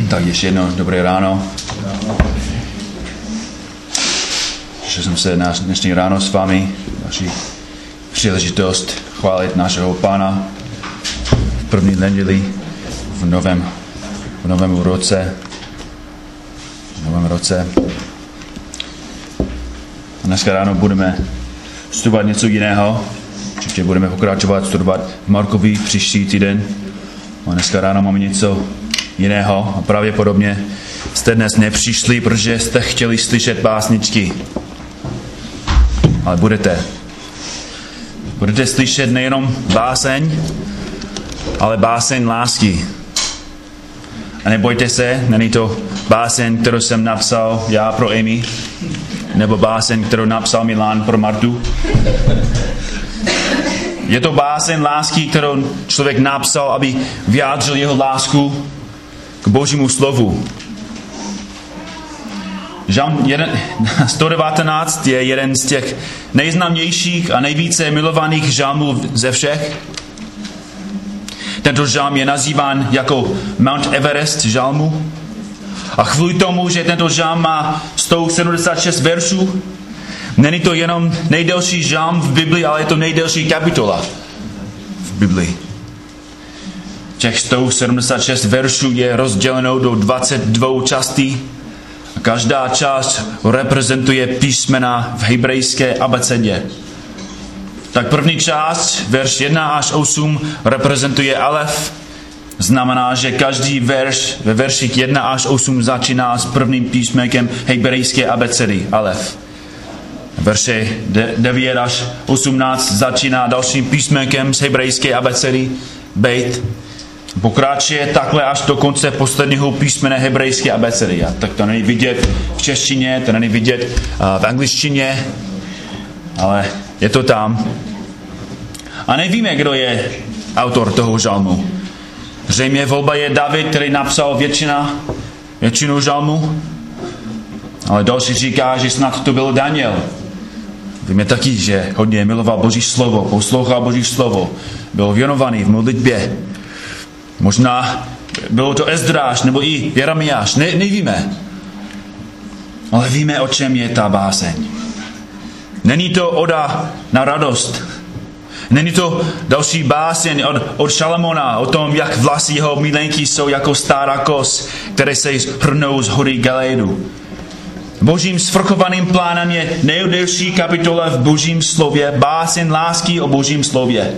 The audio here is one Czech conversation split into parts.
Tak ještě jedno dobré ráno. Že jsem se na dnešní ráno s vámi, naši příležitost chválit našeho Pána v první neděli v novém roce. A dneska ráno budeme studovat něco jiného. Určitě budeme pokračovat studovat Markovi příští týden. A dneska ráno máme něco jiného a pravděpodobně jste dnes nepřišli, protože jste chtěli slyšet básničky. Ale budete slyšet nejenom báseň, ale báseň lásky. A nebojte se, není to báseň, kterou jsem napsal já pro Amy, nebo báseň, kterou napsal Milan pro Martu. Je to báseň lásky, kterou člověk napsal, aby vyjádřil jeho lásku k Božímu slovu. Žalm 119 je jeden z těch nejznámějších a nejvíce milovaných žalmů ze všech. Tento žalm je nazýván jako Mount Everest žalmu. A kvůli tomu, že tento žalm má 176 veršů, není to jenom nejdelší žalm v Biblii, ale je to nejdelší kapitola v Biblii. Těch 176 veršů je rozděleno do 22 částí. A každá část reprezentuje písmena v hebrejské abecedě. Tak první část, verš 1 až 8, reprezentuje alef. Znamená, že každý verš ve verších 1 až 8 začíná s prvním písmenkem hebrejské abecedy, alef. Verše 9 až 18 začíná dalším písmenkem z hebrejské abecedy, bejt. Pokračuje takhle až do konce posledního písmene hebrejské abecedy. A tak to není vidět v češtině, to není vidět v angličtině, ale je to tam. A nevíme, kdo je autor toho žalmu. Zřejmě volba je David, který napsal většinu žalmu, ale další říká, že snad to byl Daniel. Víme taky, že hodně miloval Boží slovo, poslouchal Boží slovo, byl věnovaný v modlitbě. Možná bylo to Ezdráš nebo i Jeremiáš, nevíme. Ale víme, o čem je ta báseň. Není to oda na radost. Není to další báseň od Šalamona o tom, jak vlasy jeho milenky jsou jako stará kos, které se hrnou z hory Galeidu. Božím svrchovaným plánem je nejdelší kapitola v Božím slově, báseň lásky o Božím slově.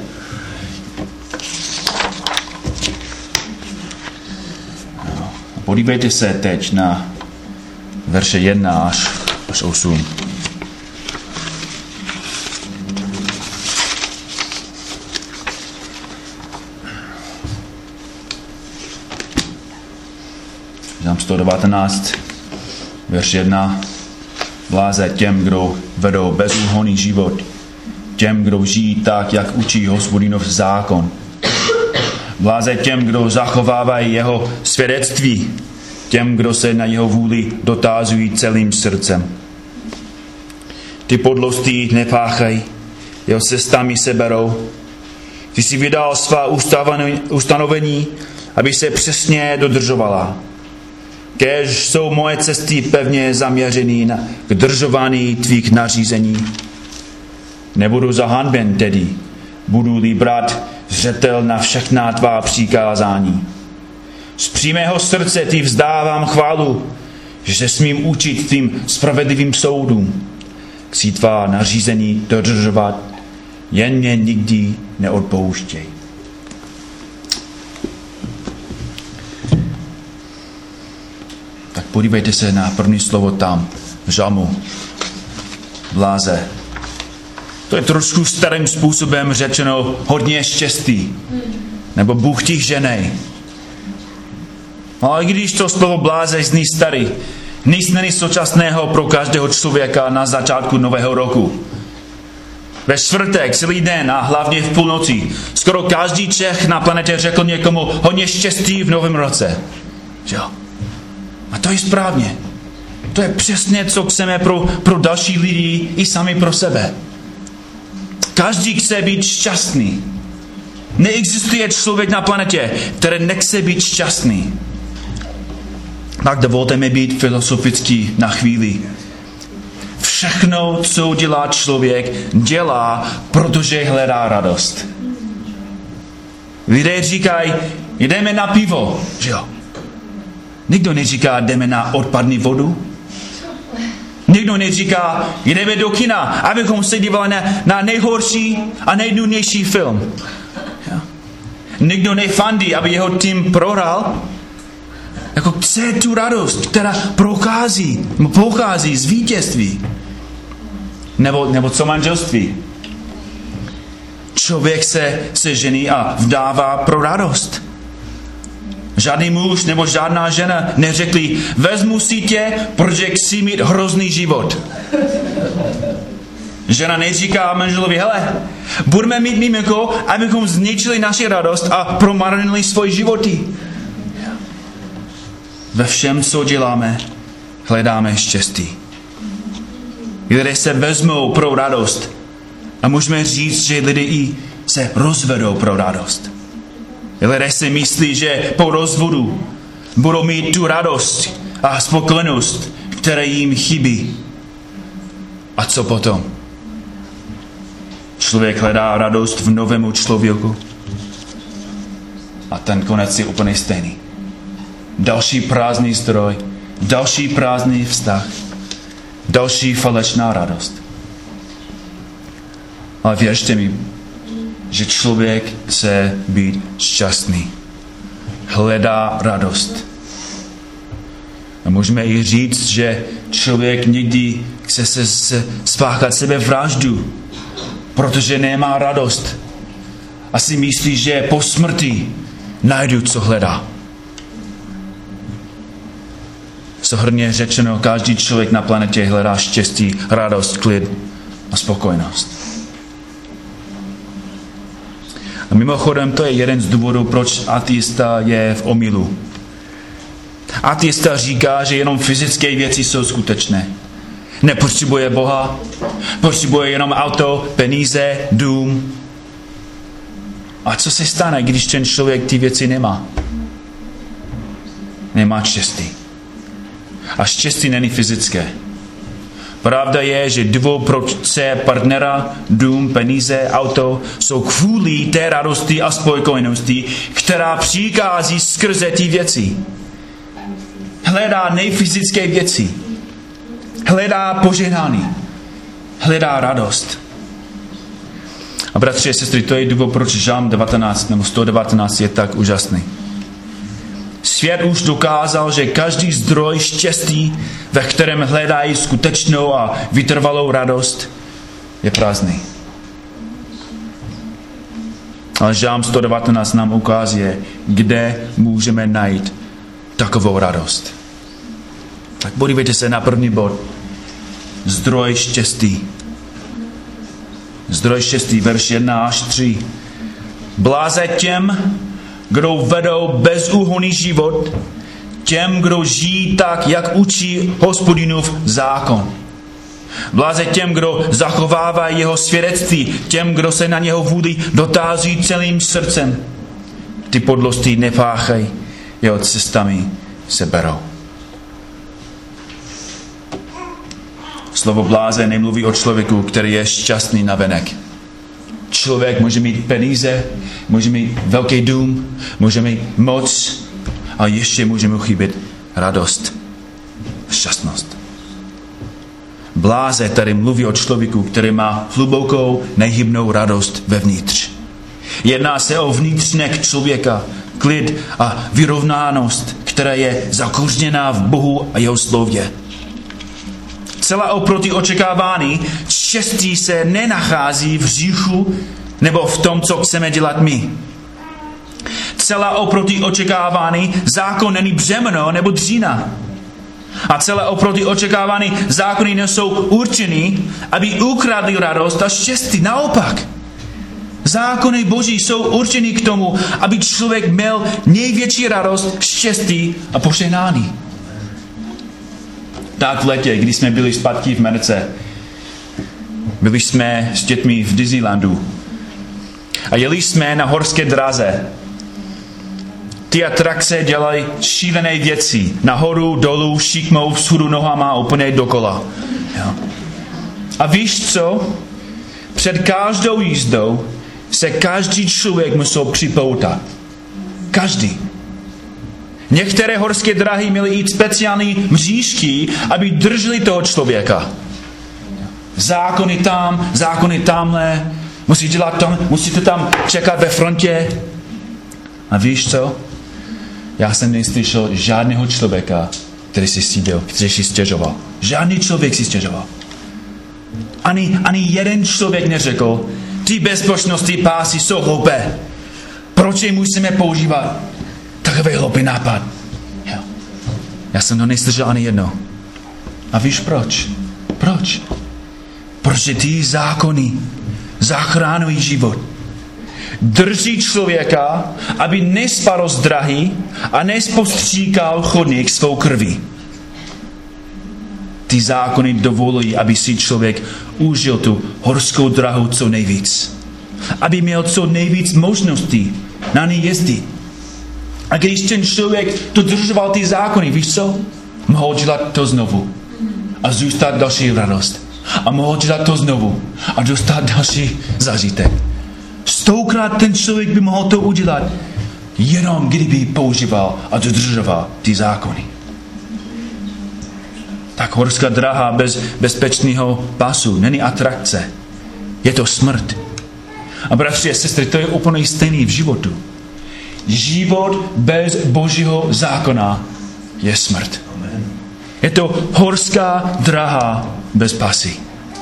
Podívejte se teď na verše 1 až 8. Žalm 119, verš 1. Bláze těm, kdo vedou bezúhonný život, těm, kdo žijí tak, jak učí Hospodinův zákon. Bláze těm, kdo zachovávají jeho svědectví, těm, kdo se na jeho vůli dotázují celým srdcem. Ty podlosti nepáchají, jeho cestami se berou. Ty si vydal svá ustanovení, aby se přesně dodržovala. Kéž jsou moje cesty pevně zaměřený k držování tvých nařízení. Nebudu zahanben tedy, budu-li brát zřetel na všechna tvá přikázání. Z přímého srdce ti vzdávám chválu, že se smím učit tvým spravedlivým soudům. Chci tvá nařízení dodržovat, jen mě nikdy neodpouštěj. Tak podívejte se na první slovo tam, v žalmu. Bláze. To je trošku starým způsobem řečeno hodně štěstí. Nebo Bůh ti ženej. Ale když to slovo bláze zní starý, nic není současného pro každého člověka na začátku nového roku. Ve čtvrtek, celý den a hlavně v půlnoci, skoro každý Čech na planetě řekl někomu hodně štěstí v novém roce. Jo? A to je správně. To je přesně, co chceme pro další lidi i sami pro sebe. Každý chce být šťastný. Neexistuje člověk na planetě, který nechce být šťastný. Tak dovolte mi být filozofický na chvíli. Všechno, co dělá člověk, dělá, protože hledá radost. Lidé říkají, jdeme na pivo, že jo? Nikdo neříká, jdeme na odpadní vodu. Nikdo neříká, jdeme do kina, abychom se dívali na nejhorší a nejdůležitější film. Jo? Nikdo nefandí, aby jeho tým prohrál. Jako chce tu radost, která pochází z vítězství. Nebo co manželství. Člověk se žení a vdává pro radost. Žádný muž nebo žádná žena neřekli, vezmu si tě, protože chci mít hrozný život. Žena neříká manželovi, hele, budeme mít miminko, abychom zničili naši radost a promarnili svoje životy. Ve všem, co děláme, hledáme štěstí. Lidé se vezmou pro radost a můžeme říct, že lidé i se rozvedou pro radost. Lidé si myslí, že po rozvodu budou mít tu radost a spokojenost, které jim chybí. A co potom? Člověk hledá radost v novému člověku a ten konec je úplně stejný. Další prázdný zdroj, další prázdný vztah, další falešná radost. Ale věřte mi, že člověk chce být šťastný. Hledá radost. A můžeme i říct, že člověk někdy chce se spáchat sebevraždu, protože nemá radost. A si myslí, že po smrti najdu, co hledá. Souhrnně řečeno, každý člověk na planetě hledá štěstí, radost, klid a spokojenost. A mimochodem, to je jeden z důvodů, proč ateista je v omylu. Ateista říká, že jenom fyzické věci jsou skutečné. Nepotřebuje Boha, potřebuje jenom auto, peníze, dům. A co se stane, když ten člověk ty věci nemá? Nemá štěstí. A štěstí není fyzické. Pravda je, že důvod, proč chce partnera, dům, peníze, auto, jsou kvůli té radosti a spokojenosti, která přichází skrze ty věci. Hledá nejfyzické věci. Hledá požehnání. Hledá radost. A bratři a sestry, to je důvod, proč Žalm 19 nebo 119 je tak úžasný. Svět už dokázal, že každý zdroj štěstí, ve kterém hledají skutečnou a vytrvalou radost, je prázdný. Ale Žalm 119 nám ukazuje, kde můžeme najít takovou radost. Tak podívejte se na první bod. Zdroj štěstí. Zdroj štěstí, verš 1 až 3. Bláze těm, kdo vedou bezúhonný život, těm, kdo žijí tak, jak učí Hospodinův zákon. Bláze těm, kdo zachovává jeho svědectví, těm, kdo se na něho vůli dotází celým srdcem. Ty podlosti nepáchají, jeho cestami se berou. Slovo bláze nemluví o člověku, který je šťastný navenek. Člověk může mít peníze, může mít velký dům, může mít moc, ale ještě může mu chybět radost, šťastnost. Bláze tady mluví o člověku, který má hlubokou, nehybnou radost vevnitř. Jedná se o vnitřnek člověka, klid a vyrovnánost, která je zakořeněná v Bohu a jeho slově. Celá oproti očekávání štěstí se nenachází v hříchu nebo v tom, co chceme dělat my. Celá oproti očekávání zákon není břemeno nebo dřína. A celé oproti očekávání zákony nejsou určeny, aby ukradli radost a štěstí. Naopak. Zákony Boží jsou určeny k tomu, aby člověk měl největší radost, štěstí a požehnání. Tak v létě, když jsme byli zpátky v Americe, byli jsme s dětmi v Disneylandu a jeli jsme na horské dráze. Ty atrakce dělají šílené věci. Nahoru, dolů, šikmou, vzhůru nohama, úplně dokola. Jo. A víš co? Před každou jízdou se každý člověk musel připoutat. Každý. Některé horské dráhy měly jít speciální mřížky, aby drželi toho člověka. Zákony tam, zákony tamhle, musíte tam čekat ve frontě. A víš co? Já jsem neslyšel žádného člověka, který si stěžoval. Žádný člověk si stěžoval. Ani jeden člověk neřekl, ty bezpečnostní pásy jsou hloupé. Proč je musíme používat? Takový hloupý nápad. Jo. Já jsem to neslyšel ani jedno. A víš proč? Proč? Protože ty zákony zachránují život. Drží člověka, aby nespadl z dráhy a nespostříkal chodník svou krví. Ty zákony dovolují, aby si člověk užil tu horskou dráhu co nejvíc. Aby měl co nejvíc možností na ní jezdit. A když ten člověk dodržoval ty zákony, víš co? Mohl dělat to znovu. A zůstat další radost. A mohl dělat to znovu. A dostat další zážitek. 100krát ten člověk by mohl to udělat, jenom kdyby používal a dodržoval ty zákony. Tak horská dráha bez bezpečného pasu není atrakce. Je to smrt. A bratři a sestry, to je úplně stejný v životu. Život bez Božího zákona je smrt. Je to horská dráha bez pasy.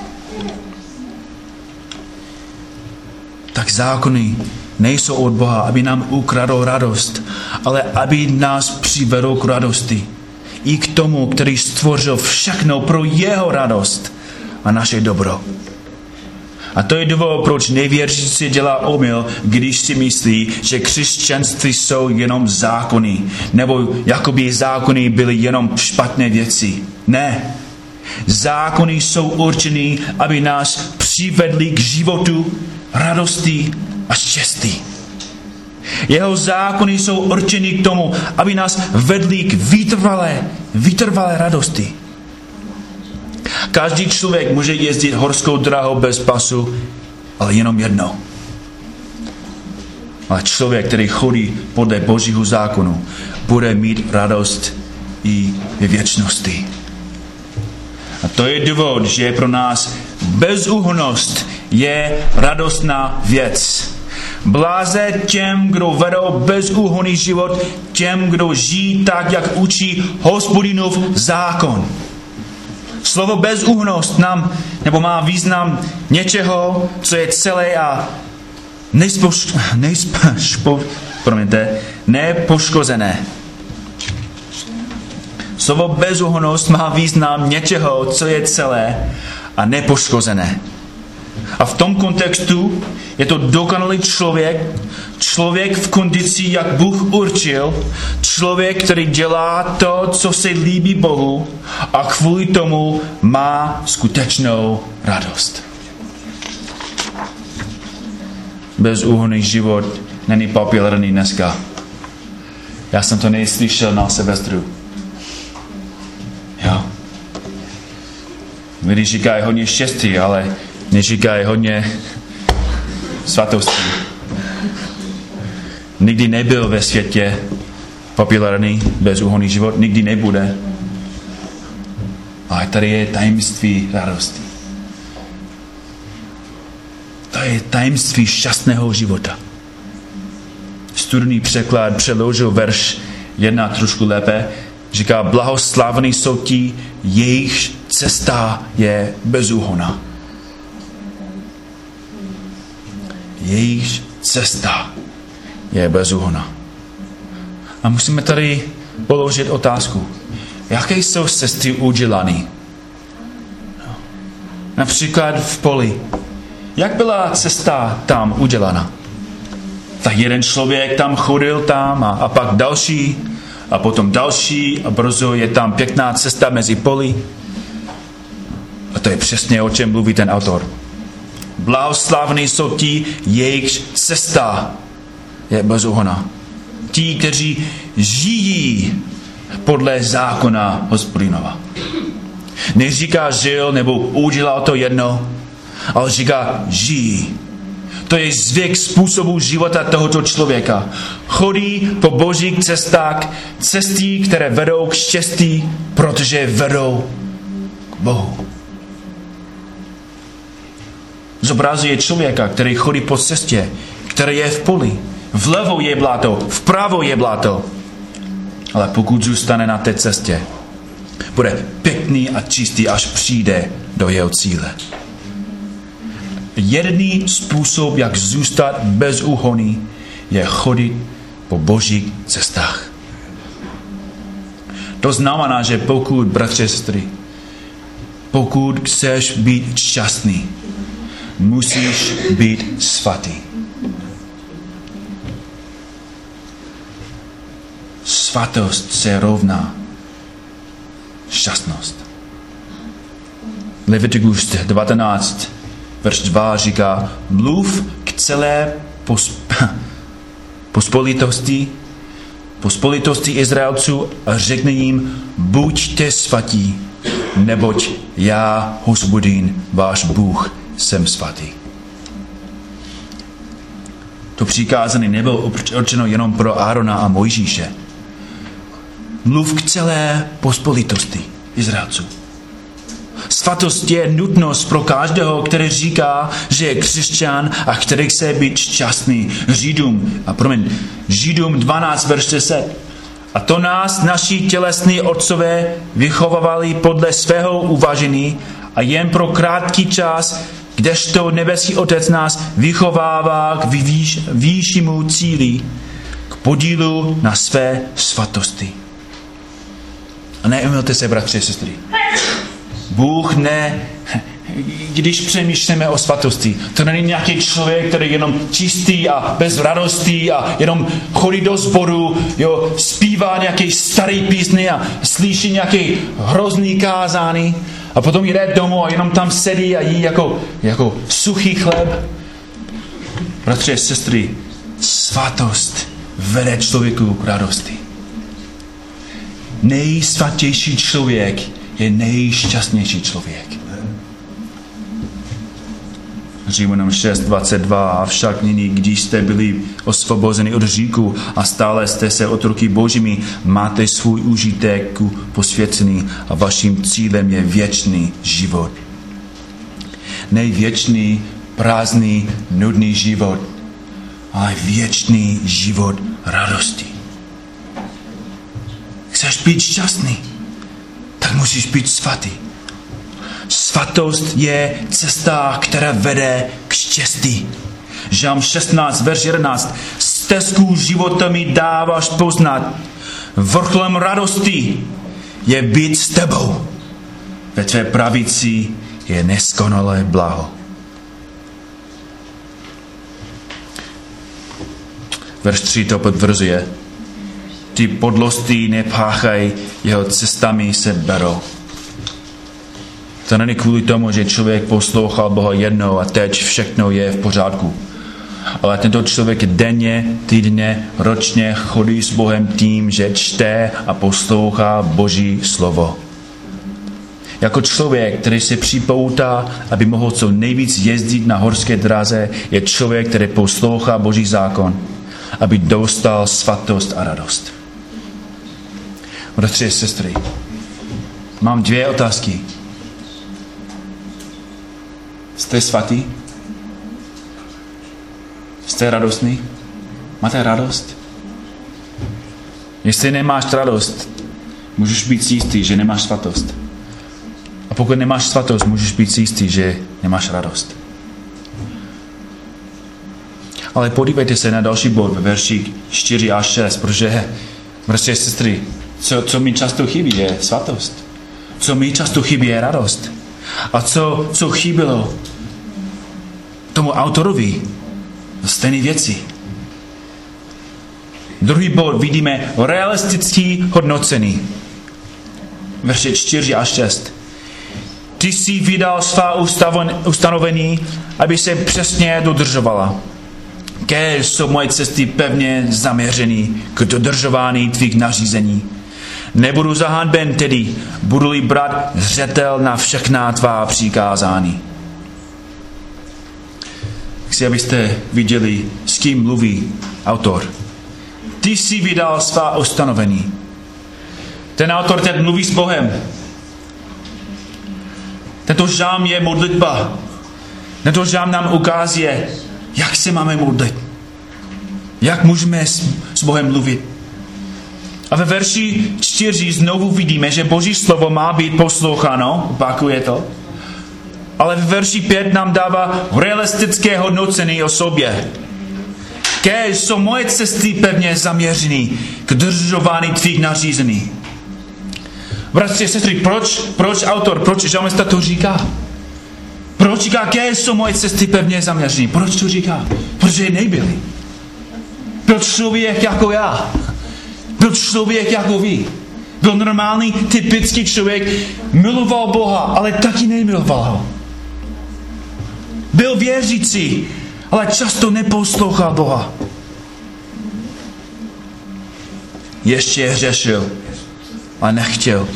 Tak zákony nejsou od Boha, aby nám ukradl radost, ale aby nás přivedl k radosti. I k tomu, který stvořil všechno pro jeho radost a naše dobro. A to je důvod, proč nevěřící dělá omyl, když si myslí, že křesťanství jsou jenom zákony, nebo jakoby zákony byly jenom špatné věci. Ne. Zákony jsou určený, aby nás přivedli k životu, radosti a štěstí. Jeho zákony jsou určeny k tomu, aby nás vedli k vytrvalé radosti. Každý člověk může jezdit horskou dráhou bez pasu, ale jenom jednou. Ale člověk, který chodí podle Božího zákonu, bude mít radost i ve věčnosti. A to je důvod, že pro nás bezúhonnost je radostná věc. Bláze těm, kdo vedou bezúhonný život, těm, kdo žijí tak, jak učí Hospodinův zákon. Slovo bezúhonnost má význam něčeho, co je celé a nepoškozené. Slovo bezúhonnost má význam něčeho, co je celé a nepoškozené. A v tom kontextu je to dokonalý člověk v kondici, jak Bůh určil, člověk, který dělá to, co se líbí Bohu a kvůli tomu má skutečnou radost. Bezúhonný život není populární dneska. Já jsem to neslyšel na Silvestru. Jo. Lidi říkají hodně štěstí, ale neříkají hodně svatosti. Nikdy nebyl ve světě populární bezúhonný život, nikdy nebude. Ale tady je tajemství radosti. To je tajemství šťastného života. Studný překlad přeložil verš 1 trošku lépe. Říká, blahoslavní jsou ti, jejich cesta je bezúhonná. Jejich cesta je bezúhonná. A musíme tady položit otázku. Jaké jsou cesty udělané? Například v poli. Jak byla cesta tam udělána? Tak jeden člověk tam chodil tam a pak další a potom další a brzo je tam pěkná cesta mezi poli. A to je přesně, o čem mluví ten autor. Blahoslavní jsou ti, jejich cesta je bezúhonná. tí, kteří žijí podle zákona Hospodinova. Neříká žil nebo udělal to jedno, ale říká žijí. To je zvyk způsobu života tohoto člověka. Chodí po božích cestách, cesty, které vedou k štěstí, protože vedou k Bohu. Zobrazuje člověka, který chodí po cestě, které je v poli. Vlevo je bláto, vpravo je bláto. Ale pokud zůstane na té cestě, bude pěkný a čistý, až přijde do jeho cíle. Jediný způsob, jak zůstat bezúhonný, je chodit po božích cestách. To znamená, že pokud, bratři a sestry, pokud chceš být šťastný, musíš být svatý. Svatost se rovná šťastnost. Leviticus 19, verš 2 říká, mluv k celé pospolitosti Izraelců a řekni jim, buďte svatí, neboť já, Hospodin, váš Bůh, jsem svatý. To přikázání nebylo určeno jenom pro Árona a Mojžíše. Mluv k celé pospolitosti Izraelců. Svatost je nutnost pro každého, který říká, že je křesťan a který chce být šťastný. Židům 12, verš 10. A to nás naši tělesní otcové vychovávali podle svého uvažení a jen pro krátký čas, kdežto nebeský Otec nás vychovává k výššímu cíli, k podílu na své svatosti. A neumylte se, bratři a sestry. Bůh když přemýšlíme o svatosti, to není nějaký člověk, který je jenom čistý a bez radosti a jenom chodí do sboru, zpívá nějaký starý písny a slyší nějaký hrozný kázání a potom jde domů a jenom tam sedí a jí jako suchý chléb. Bratři a sestry, svatost vede člověku k radosti. Nejsvatější člověk je nejšťastnější člověk. Římanům 6:22. Avšak nyní, když jste byli osvobozeni od hříchu a stále jste se otroky božími, máte svůj užitek posvěcený a vaším cílem je věčný život. Nejvěčný, prázdný, nudný život, ale věčný život radosti. Chceš být šťastný, tak musíš být svatý. Svatost je cesta, která vede k štěstí. Žalm 16, verš 11. Stezku života mi dáváš poznat. Vrcholem radosti je být s tebou. Ve tvé pravici je neskonalé blaho. Verš 3 to potvrzuje. Ty podlosti nepáchaj, jeho cestami se berou. To není kvůli tomu, že člověk poslouchal Boha jednou a teď všechno je v pořádku. Ale tento člověk denně, týdně, ročně chodí s Bohem tím, že čte a poslouchá Boží slovo. Jako člověk, který se připoutá, aby mohl co nejvíc jezdit na horské dráze, je člověk, který poslouchá Boží zákon, aby dostal svatost a radost. Bratři a sestry, mám 2 otázky. Jste svatý? Jste radostný? Máte radost? Jestli nemáš radost, můžeš být jistý, že nemáš svatost. A pokud nemáš svatost, můžeš být jistý, že nemáš radost. Ale podívejte se na další bod ve verších 4 až 6, protože, bratři a sestry, co mi často chybí, je svatost. Co mi často chybí, je radost. A co chybělo tomu autorovi? Stejné věci. Druhý bod vidíme realistický hodnocení. Verše 4 až 6. Ty jsi vydal svá ustanovení, aby se přesně dodržovala. Kéž jsou moje cesty pevně zaměřený k dodržování tvých nařízení. Nebudu zahanben tedy, budu-li brát zřetel na všechna tvá přikázání. Chci, abyste viděli, s kým mluví autor. Ty jsi vydal svá ustanovení. Ten autor teď mluví s Bohem. Tento žálm je modlitba. Tento žálm nám ukazuje, jak se máme modlit. Jak můžeme s Bohem mluvit. A ve verši 4 znovu vidíme, že Boží slovo má být posloucháno. Opakuje to. Ale ve verši 5 nám dává realistické hodnocení o sobě. Kéž jsou moje cesty pevně zaměřený k dodržování tvých nařízení. Bratři a sestry, proč žalmista to říká? Proč říká, kéž jsou moje cesty pevně zaměřený? Proč to říká? Protože nebyli. Byl člověk jako já. Byl člověk jako vy. Byl normální, typický člověk. Miloval Boha, ale taky nemiloval ho. Byl věřící, ale často neposlouchal Boha. Ještě hřešil a nechtěl.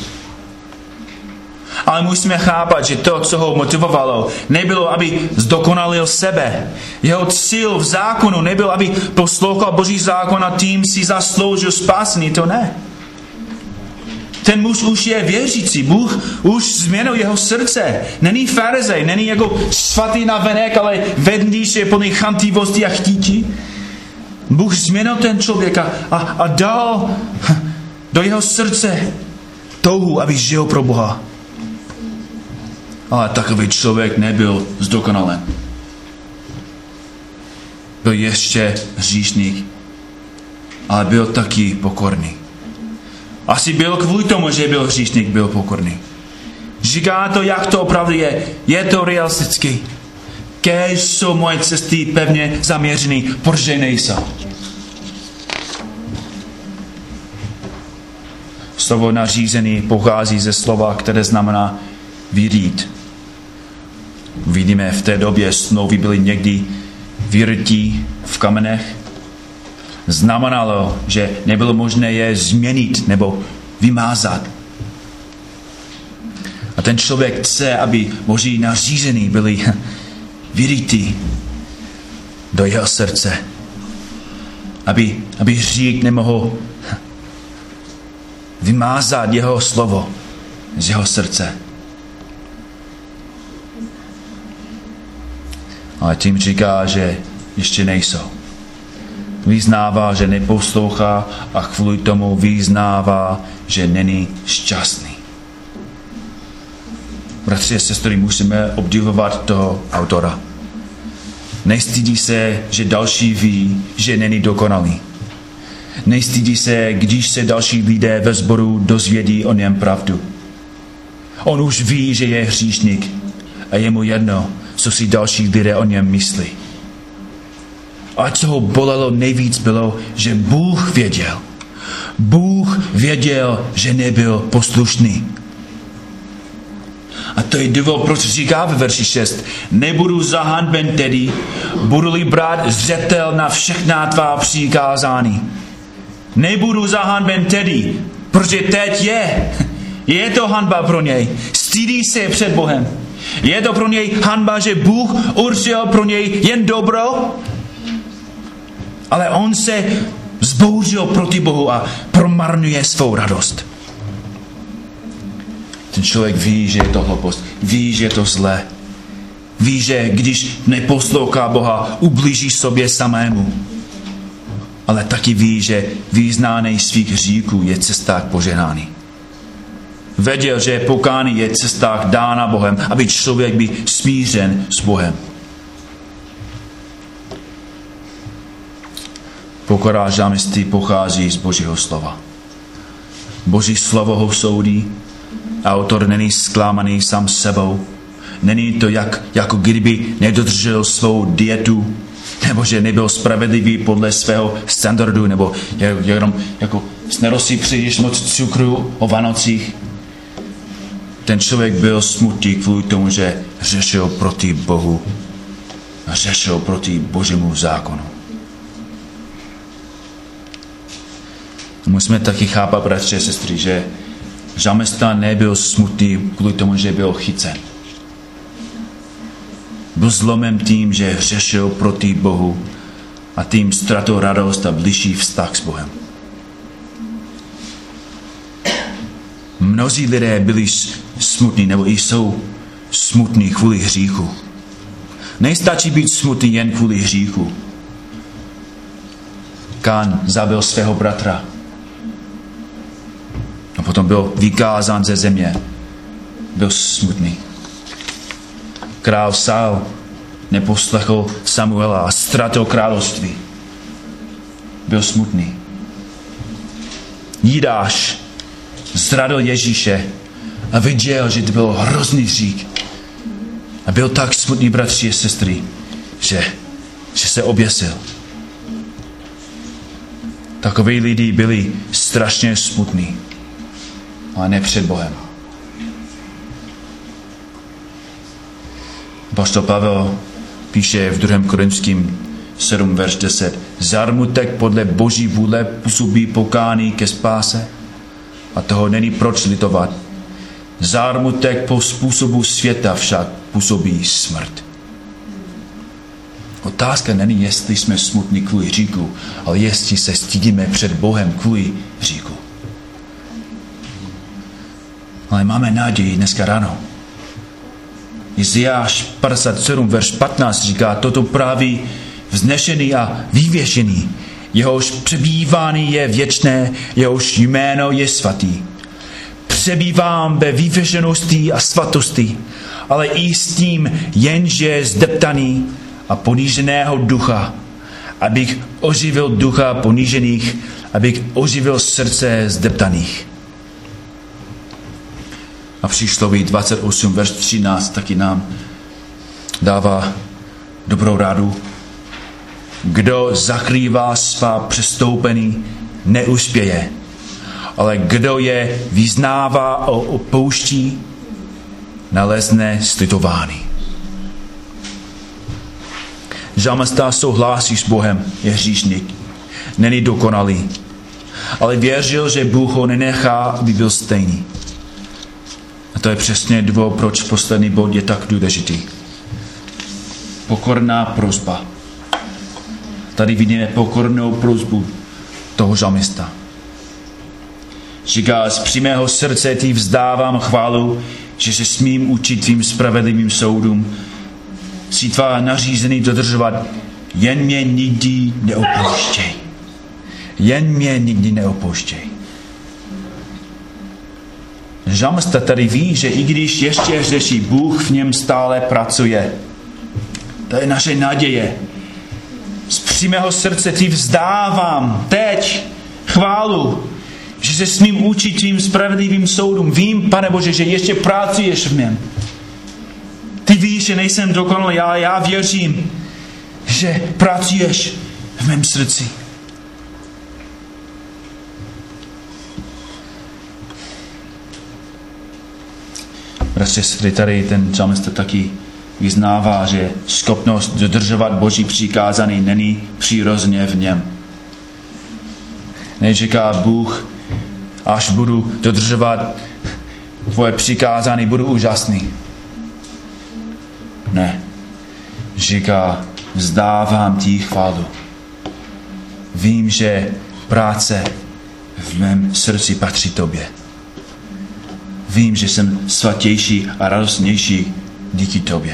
Ale musíme chápat, že to, co ho motivovalo, nebylo, aby zdokonalil sebe. Jeho cíl v zákonu nebyl, aby poslouchal Boží zákon a tím si zasloužil spásení, to ne. Ten muž už je věřící, Bůh už změnil jeho srdce. Není farizej, není jako svatý navenek, ale vedlíš je plný chamtivosti a chtítí. Bůh změnil ten člověk a dal do jeho srdce touhu, aby žil pro Boha. Ale takový člověk nebyl zdokonalen. Byl ještě hříšník, ale byl taky pokorný. Asi byl kvůli tomu, že byl hříšník, byl pokorný. Říká to, jak to opravdu je. Je to realistický. Kéž jsou moje cesty pevně zaměřený, protože nejsou. Slovo nařízený pochází ze slova, které znamená vyrít. Vidíme, v té době smlouvy byly někdy vyrytí v kamenech. Znamenalo, že nebylo možné je změnit nebo vymázat. A ten člověk chce, aby Boží nařízení byly vyrytí do jeho srdce. Aby hřích nemohl vymázat jeho slovo z jeho srdce. Ale tím říká, že ještě nejsou. Vyznává, že neposlouchá a kvůli tomu vyznává, že není šťastný. Bratři a sestry, musíme obdivovat toho autora. Nestydí se, že další ví, že není dokonalý. Nestydí se, když se další lidé ve sboru dozvědí o něm pravdu. On už ví, že je hříšník a je mu jedno, co si další lidé o něm myslí. A co ho bolelo nejvíc bylo, že Bůh věděl. Bůh věděl, že nebyl poslušný. A to je důvod, proč říká ve verši 6. Nebudu zahanben tedy, budu-li brát zřetel na všechna tvá přikázání. Nebudu zahanben tedy, protože teď je to hanba pro něj. Stydí se před Bohem. Je to pro něj hanba, že Bůh určil pro něj jen dobro, ale on se zbouřil proti Bohu a promarňuje svou radost. Ten člověk ví, že je to hloupost, ví, že je to zlé. Ví, že když neposlouchá Boha, ublíží sobě samému. Ale taky ví, že vyznání svých hříchů je cesta k požehnání. Věděl, že pokání je cesta dána Bohem, aby člověk byl smířen s Bohem. Pokora žalmisty pochází z Božího slova. Boží slovo ho soudí. Autor není zklamaný sám sebou. Není to jako kdyby nedodržel svou dietu, nebo že nebyl spravedlivý podle svého standardu, nebo jenom jako nerosí příliš moc cukru o Vánocích. Ten člověk byl smutný kvůli tomu, že řešil proti Bohu a řešil proti Božímu zákonu. Musíme taky chápat, bratři a sestry, že žalmista nebyl smutný kvůli tomu, že byl chycen. Byl zlomem tím, že hřešil proti Bohu a tím ztratil radost a blížší vztah s Bohem. Mnozí lidé byli smutní nebo i jsou smutní kvůli hříchu. Nestačí být smutný jen kvůli hříchu. Kán zabil svého bratra a potom byl vykázán ze země. Byl smutný. Král Saul neposlechl Samuela a ztratil království. Byl smutný. Judáš zradil Ježíše a viděl, že to byl hrozný hřích. A byl tak smutný, bratři a sestry, že se oběsil. Takoví lidi byli strašně smutní, ale ne před Bohem. Apoštol Pavel píše v 2. Korinským 7, verš 10. Zármutek podle Boží vůle působí pokání ke spáse a toho není proč litovat. Zármutek po způsobu světa však působí smrt. Otázka není, jestli jsme smutní kvůli hříchu, ale jestli se stydíme před Bohem kvůli hříchu. Ale máme naději dneska ráno. Izajáš 57, verš 15 říká, toto praví vznešený a vyvěšený, jehož přebývání je věčné, jehož jméno je svatý. Přebývám ve vyvěšenosti a svatosti, ale i s tím, jenže zdeptaný a poníženého ducha, abych oživil ducha ponížených, abych oživil srdce zdeptaných. A přísloví 28, verš 13 taky nám dává dobrou radu. Kdo zakrývá svá přestoupení, neuspěje, ale kdo je vyznává a opouští, nalezne slitování. Žalmista souhlasí s Bohem, je hříšník, není dokonalý, ale věřil, že Bůh ho nenechá, aby byl stejný. A to je přesně důvod, proč poslední bod je tak důležitý. Pokorná prosba. Tady vidíme pokornou prosbu toho žalmista. Říká, z přímého srdce ti vzdávám chválu, že se smím učit tvým spravedlivým soudům. Si tvá nařízení dodržovat, jen mě nikdy neopouštěj. Jen mě nikdy neopouštěj. Žalmista tady ví, že i když ještě hřeší, Bůh v něm stále pracuje. To je naše naděje. Z přímého srdce ti vzdávám teď chválu, že se smím učit tvým spravedlivým soudům. Vím, Pane Bože, že ještě pracuješ v něm. Ty víš, že nejsem dokonalý, ale já věřím, že pracuješ v mém srdci. Bratři, tady ten žalmista taky vyznává, že schopnost dodržovat Boží přikázání není přirozeně v něm. Neříká Bůh, až budu dodržovat tvoje přikázání, budu úžasný. Ne. Říká, vzdávám ti chválu. Vím, že práce v mém srdci patří tobě. Vím, že jsem svatější a radostnější díky tobě.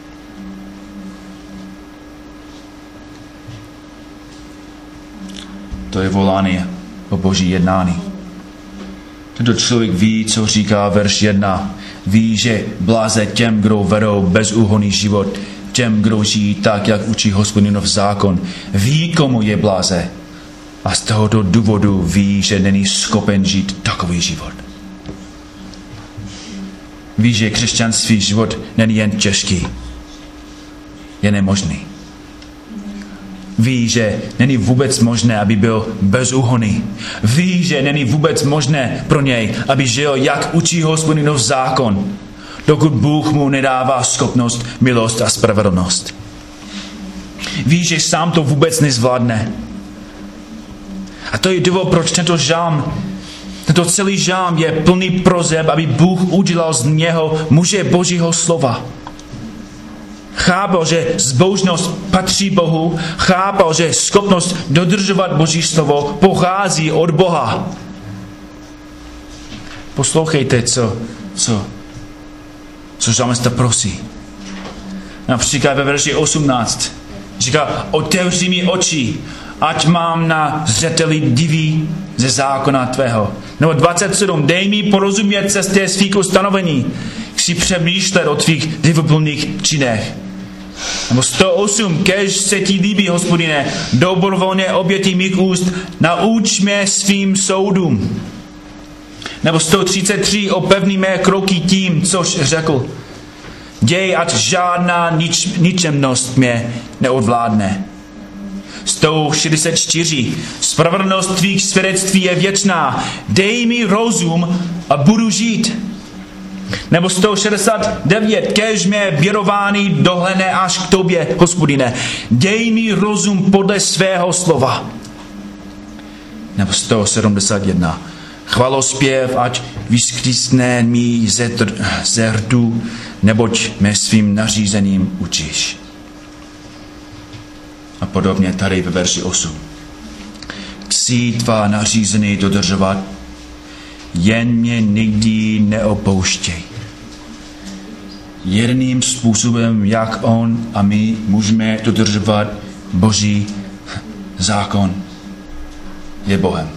To je volání o Boží jednání. Tento člověk ví, co říká verš 1. Ví, že bláze těm, kdo vedou bezúhonný život, těm, kdo žijí tak, jak učí Hospodinův zákon. Ví, komu je bláze. A z tohoto důvodu ví, že není schopen žít takový život. Ví, že křesťanský život není jen těžký, je nemožný. Ví, že není vůbec možné, aby byl bezúhonný. Ví, že není vůbec možné pro něj, aby žil, jak učí Hospodinův zákon, dokud Bůh mu nedává schopnost, milost a spravedlnost. Ví, že sám to vůbec nezvládne. A to je důvod, proč tento celý žálm je plný proseb, aby Bůh udělal z něho muže Božího slova. Chápal, že zbožnost patří Bohu, chápal, že schopnost dodržovat Boží slovo pochází od Boha. Poslouchejte, co žalmista prosí. Například ve verši 18 říká, otevři mi oči, ať mám na zřeteli diví ze zákona tvého. Nebo 27, dej mi porozumět cestě svých ustanovení, chci přemýšlet o tvých divuplných činech. Nebo 108, kež se ti líbí, Hospodine, dobrovolně oběti mých úst, nauč mě svým soudům. Nebo 133, opevni mé kroky tím, což řekl. Děj, ať žádná ničemnost mě neodvládne. 164, spravedlnost tvých svědectví je věčná, dej mi rozum a budu žít. Nebo 169, kéž mě věrování dohledne až k tobě, Hospodine, dej mi rozum podle svého slova. Nebo 171, chvalospěv, ať vyskřísne mi ze rtu, neboť mě svým nařízením učíš. A podobně tady ve verši 8. Chci tvá nařízení dodržovat, jen mě nikdy neopouštěj. Jediným způsobem, jak on a my můžeme dodržovat Boží zákon, je Bohem.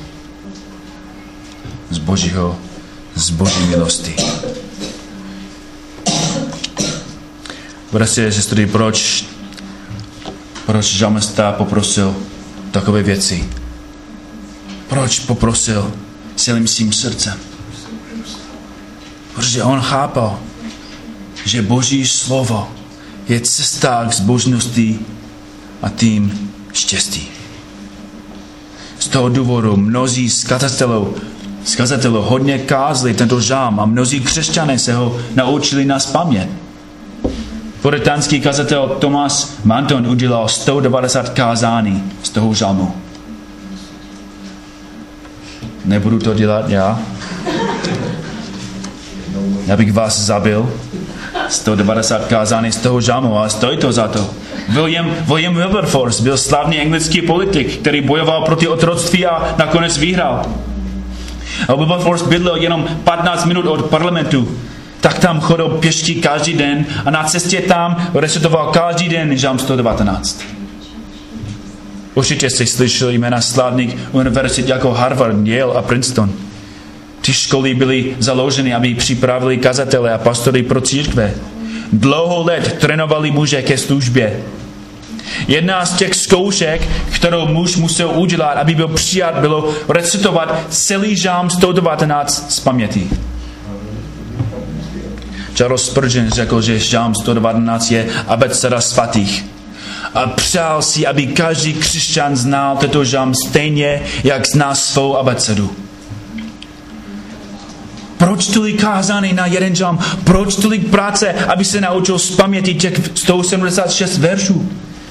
Z Boží milosti. Bratři a sestry, proč žalmista poprosil takové věci? Proč poprosil celým svým srdcem? Protože on chápal, že Boží slovo je cesta k zbožnosti a tím štěstí. Z toho důvodu mnozí skazatelů hodně kázali tento žálm a mnozí křesťané se ho naučili nazpamět. Puritánský kazatel Thomas Manton udělal 190 kázání z toho žalmu. Nebudu to dělat já. Já bych vás zabil. 190 kázání z toho žalmu, ale stojí to za to. William Wilberforce byl slavný anglický politik, který bojoval proti otroctví a nakonec vyhrál. A Wilberforce bydlel jenom 15 minut od parlamentu. Tak tam chodil pěšky každý den a na cestě tam recitoval každý den žalm 119. Určitě jste slyšeli jména slavných univerzit jako Harvard, Yale a Princeton. Ty školy byly založeny, aby připravili kazatele a pastory pro církve. Dlouho let trénovali muže ke službě. Jedna z těch zkoušek, kterou muž musel udělat, aby byl přijat, bylo recitovat celý žalm 119 z paměti. Charles Spurgeon řekl, že žalm 119 je abeceda svatých. A přál si, aby každý křesťan znal tento žalm stejně, jak zná svou abecedu. Proč tolik kázání na jeden žalm? Proč tolik práce, aby se naučil z paměti těch 176 veršů?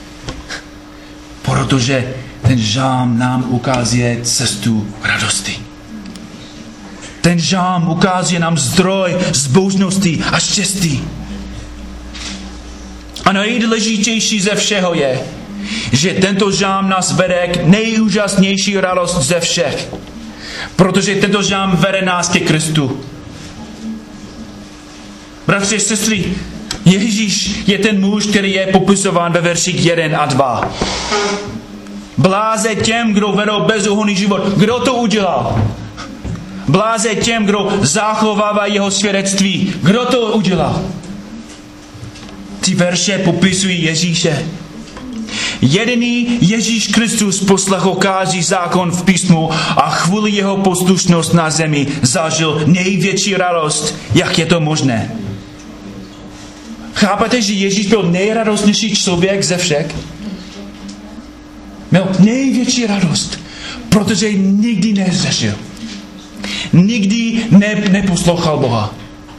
Protože ten žalm nám ukazuje cestu radosti. Ten žalm ukazuje nám zdroj zbožnosti a štěstí. A nejdůležitější ze všeho je, že tento žalm nás vede k nejúžasnější radost ze všech. Protože tento žalm vede nás ke Kristu. Bratři a sestry, Ježíš je ten muž, který je popisován ve verších 1 a 2. Bláze těm, kdo vedou bezúhonný život. Kdo to udělal? Bláze těm, kdo zachovává jeho svědectví. Kdo to udělal? Ty verše popisují Ježíše. Jediný Ježíš Kristus poslechl každý zákon v písmu a kvůli jeho poslušnost na zemi zažil největší radost, jak je to možné. Chápete, že Ježíš byl nejradostnější člověk ze všech? Měl největší radost, protože nikdy nezřešil. Nikdy neposlouchal Boha.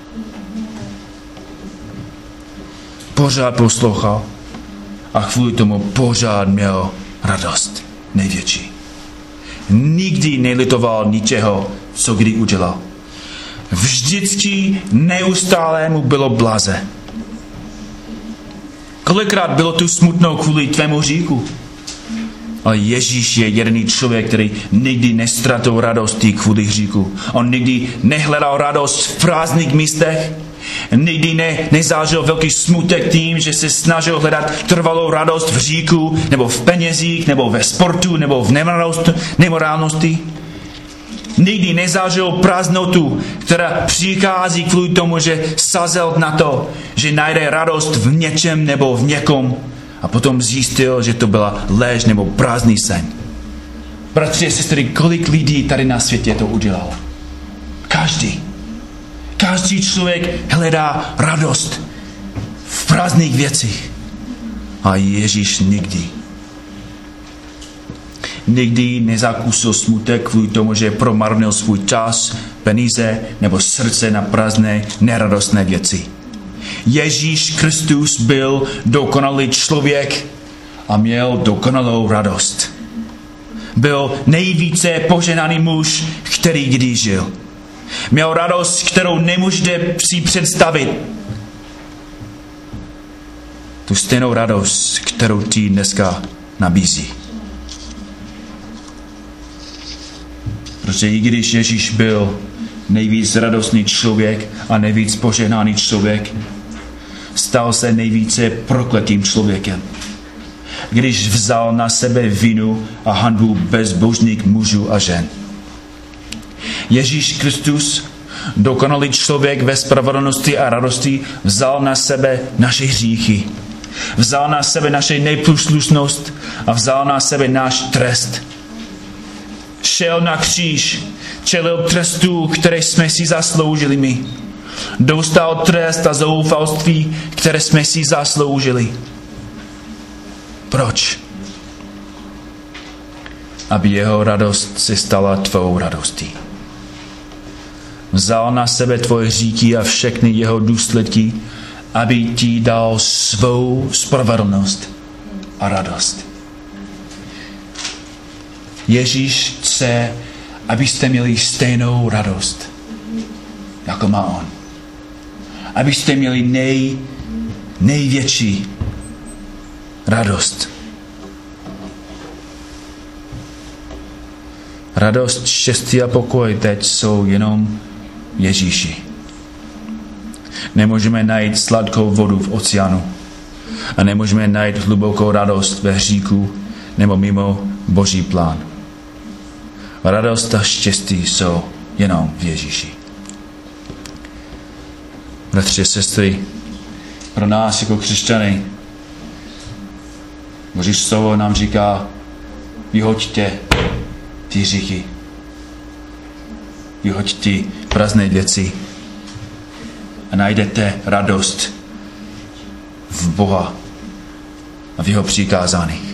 Pořád poslouchal a kvůli tomu pořád měl radost největší. nikdy nelitoval ničeho, co kdy udělal. Vždycky neustále mu bylo blaze. Kolikrát bylo tu smutno kvůli tvému hříchu? Ale Ježíš je jediný člověk, který nikdy nestratil radosti kvůli hříchu. On nikdy nehledal radost v prázdných místech. Nikdy nezažil velký smutek tím, že se snažil hledat trvalou radost v hříchu, nebo v penězích, nebo ve sportu, nebo v nemorálnosti. Nikdy nezažil prázdnotu, která přichází kvůli tomu, že sazil na to, že najde radost v něčem nebo v někom a potom zjistil, že to byla lež nebo prázdný sen. Bratři a sestry, kolik lidí tady na světě to udělalo? Každý člověk hledá radost v prázdných věcích. A Ježíš nikdy nezakusil smutek kvůli tomu, že promarnil svůj čas, peníze nebo srdce na prázdné, neradostné věci. Ježíš Kristus byl dokonalý člověk a měl dokonalou radost. Byl nejvíce poženaný muž, který kdy žil. Měl radost, kterou nemůžete si představit. Tu stejnou radost, kterou ti dneska nabízí. Protože i když Ježíš byl nejvíc radostný člověk a nejvíc požehnaný člověk, stal se nejvíce prokletým člověkem. Když vzal na sebe vinu a hanbu bezbožných mužů a žen. Ježíš Kristus, dokonalý člověk ve spravedlnosti a radosti, vzal na sebe naše hříchy. Vzal na sebe naše neposlušnost a vzal na sebe náš trest. Šel na kříž, čelil trestu, které jsme si zasloužili my. Dostal trest a zoufalství, které jsme si zasloužili. Proč? Aby jeho radost se stala tvou radostí. Vzal na sebe tvoje hříchy a všechny jeho důsledky, aby ti dal svou spravedlnost a radost. Ježíš chce, abyste měli stejnou radost, jako má on. Abyste měli největší radost. Radost, štěstí a pokoj teď jsou jenom Ježíši. Nemůžeme najít sladkou vodu v oceánu a nemůžeme najít hlubokou radost ve hříchu nebo mimo Boží plán. Radost a štěstí jsou jenom v Ježíši. Bratři a sestry, pro nás jako křesťany Boží slovo nám říká, vyhoďte ty hříchy. Vyhoďte ty prázdné věci a najdete radost v Boha a v jeho přikázáních.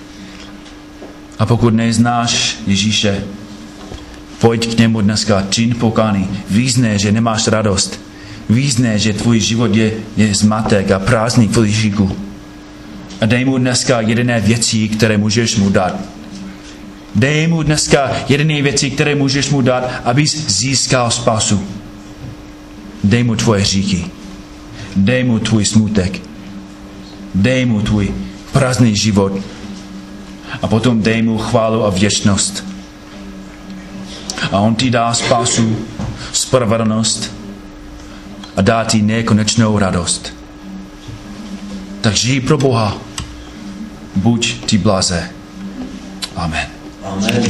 A pokud neznáš Ježíše, pojď k němu dneska, čin pokání, vyznej, že nemáš radost, vyznej, že tvůj život je zmatek a prázdný kvůli hříchu. A dej mu dneska jediné věci, které můžeš mu dát. Dej mu dneska jediné věci, které můžeš mu dát, abys získal spásu. Dej mu tvoje hříchy. Dej mu tvůj smutek. Dej mu tvůj prázdný život. A potom dej mu chválu a věčnost. A on ti dá spásu, spravedlnost a dá ti nekonečnou radost. Tak žij pro Boha. Buď ti blaze. Amen. Amen.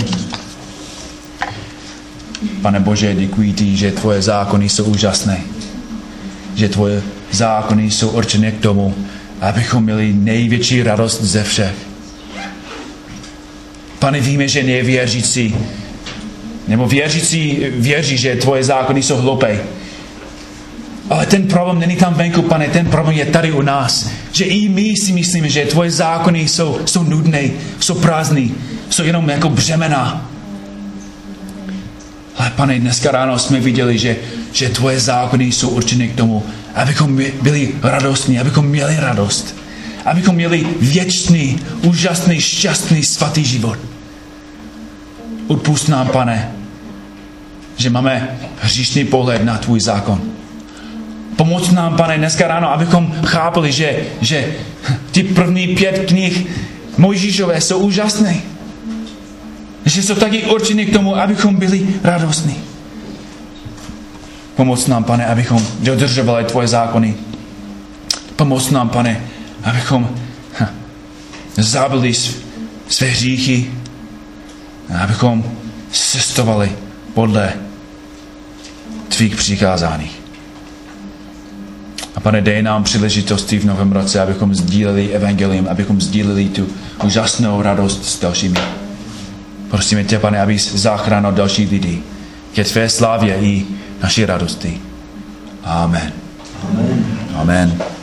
Pane Bože, děkuji ti, že tvoje zákony jsou úžasné. Že tvoje zákony jsou určené k tomu, abychom měli největší radost ze všech. Pane, víme, že nevěřící, nebo věřící věří, že tvoje zákony jsou hloupé. Ale ten problém není tam venku, Pane, ten problém je tady u nás. Že i my si myslíme, že tvoje zákony jsou nudné, jsou prázdný, jsou jenom jako břemena. Ale Pane, dneska ráno jsme viděli, že tvoje zákony jsou určené k tomu, abychom byli radostní, abychom měli radost. Abychom měli věčný, úžasný, šťastný, svatý život. Odpusť nám, Pane, že máme hříšný pohled na tvůj zákon. Pomoc nám, Pane, dneska ráno, abychom chápali, že ty první 5 knih Mojžíšové jsou úžasné. Že jsou taky určeny k tomu, abychom byli radostní. Pomoc nám, Pane, abychom dodržovali tvoje zákony. Pomoc nám, Pane, abychom zabili své hříchy a abychom cestovali podle tvých přikázání. A Pane, dej nám příležitosti v novém roce, abychom sdíleli evangelium, abychom sdíleli tu úžasnou radost s dalšími. Prosíme tě, Pane, abys zachránil dalších lidí ke tvé slávě i naší radosti. Amen. Amen. Amen.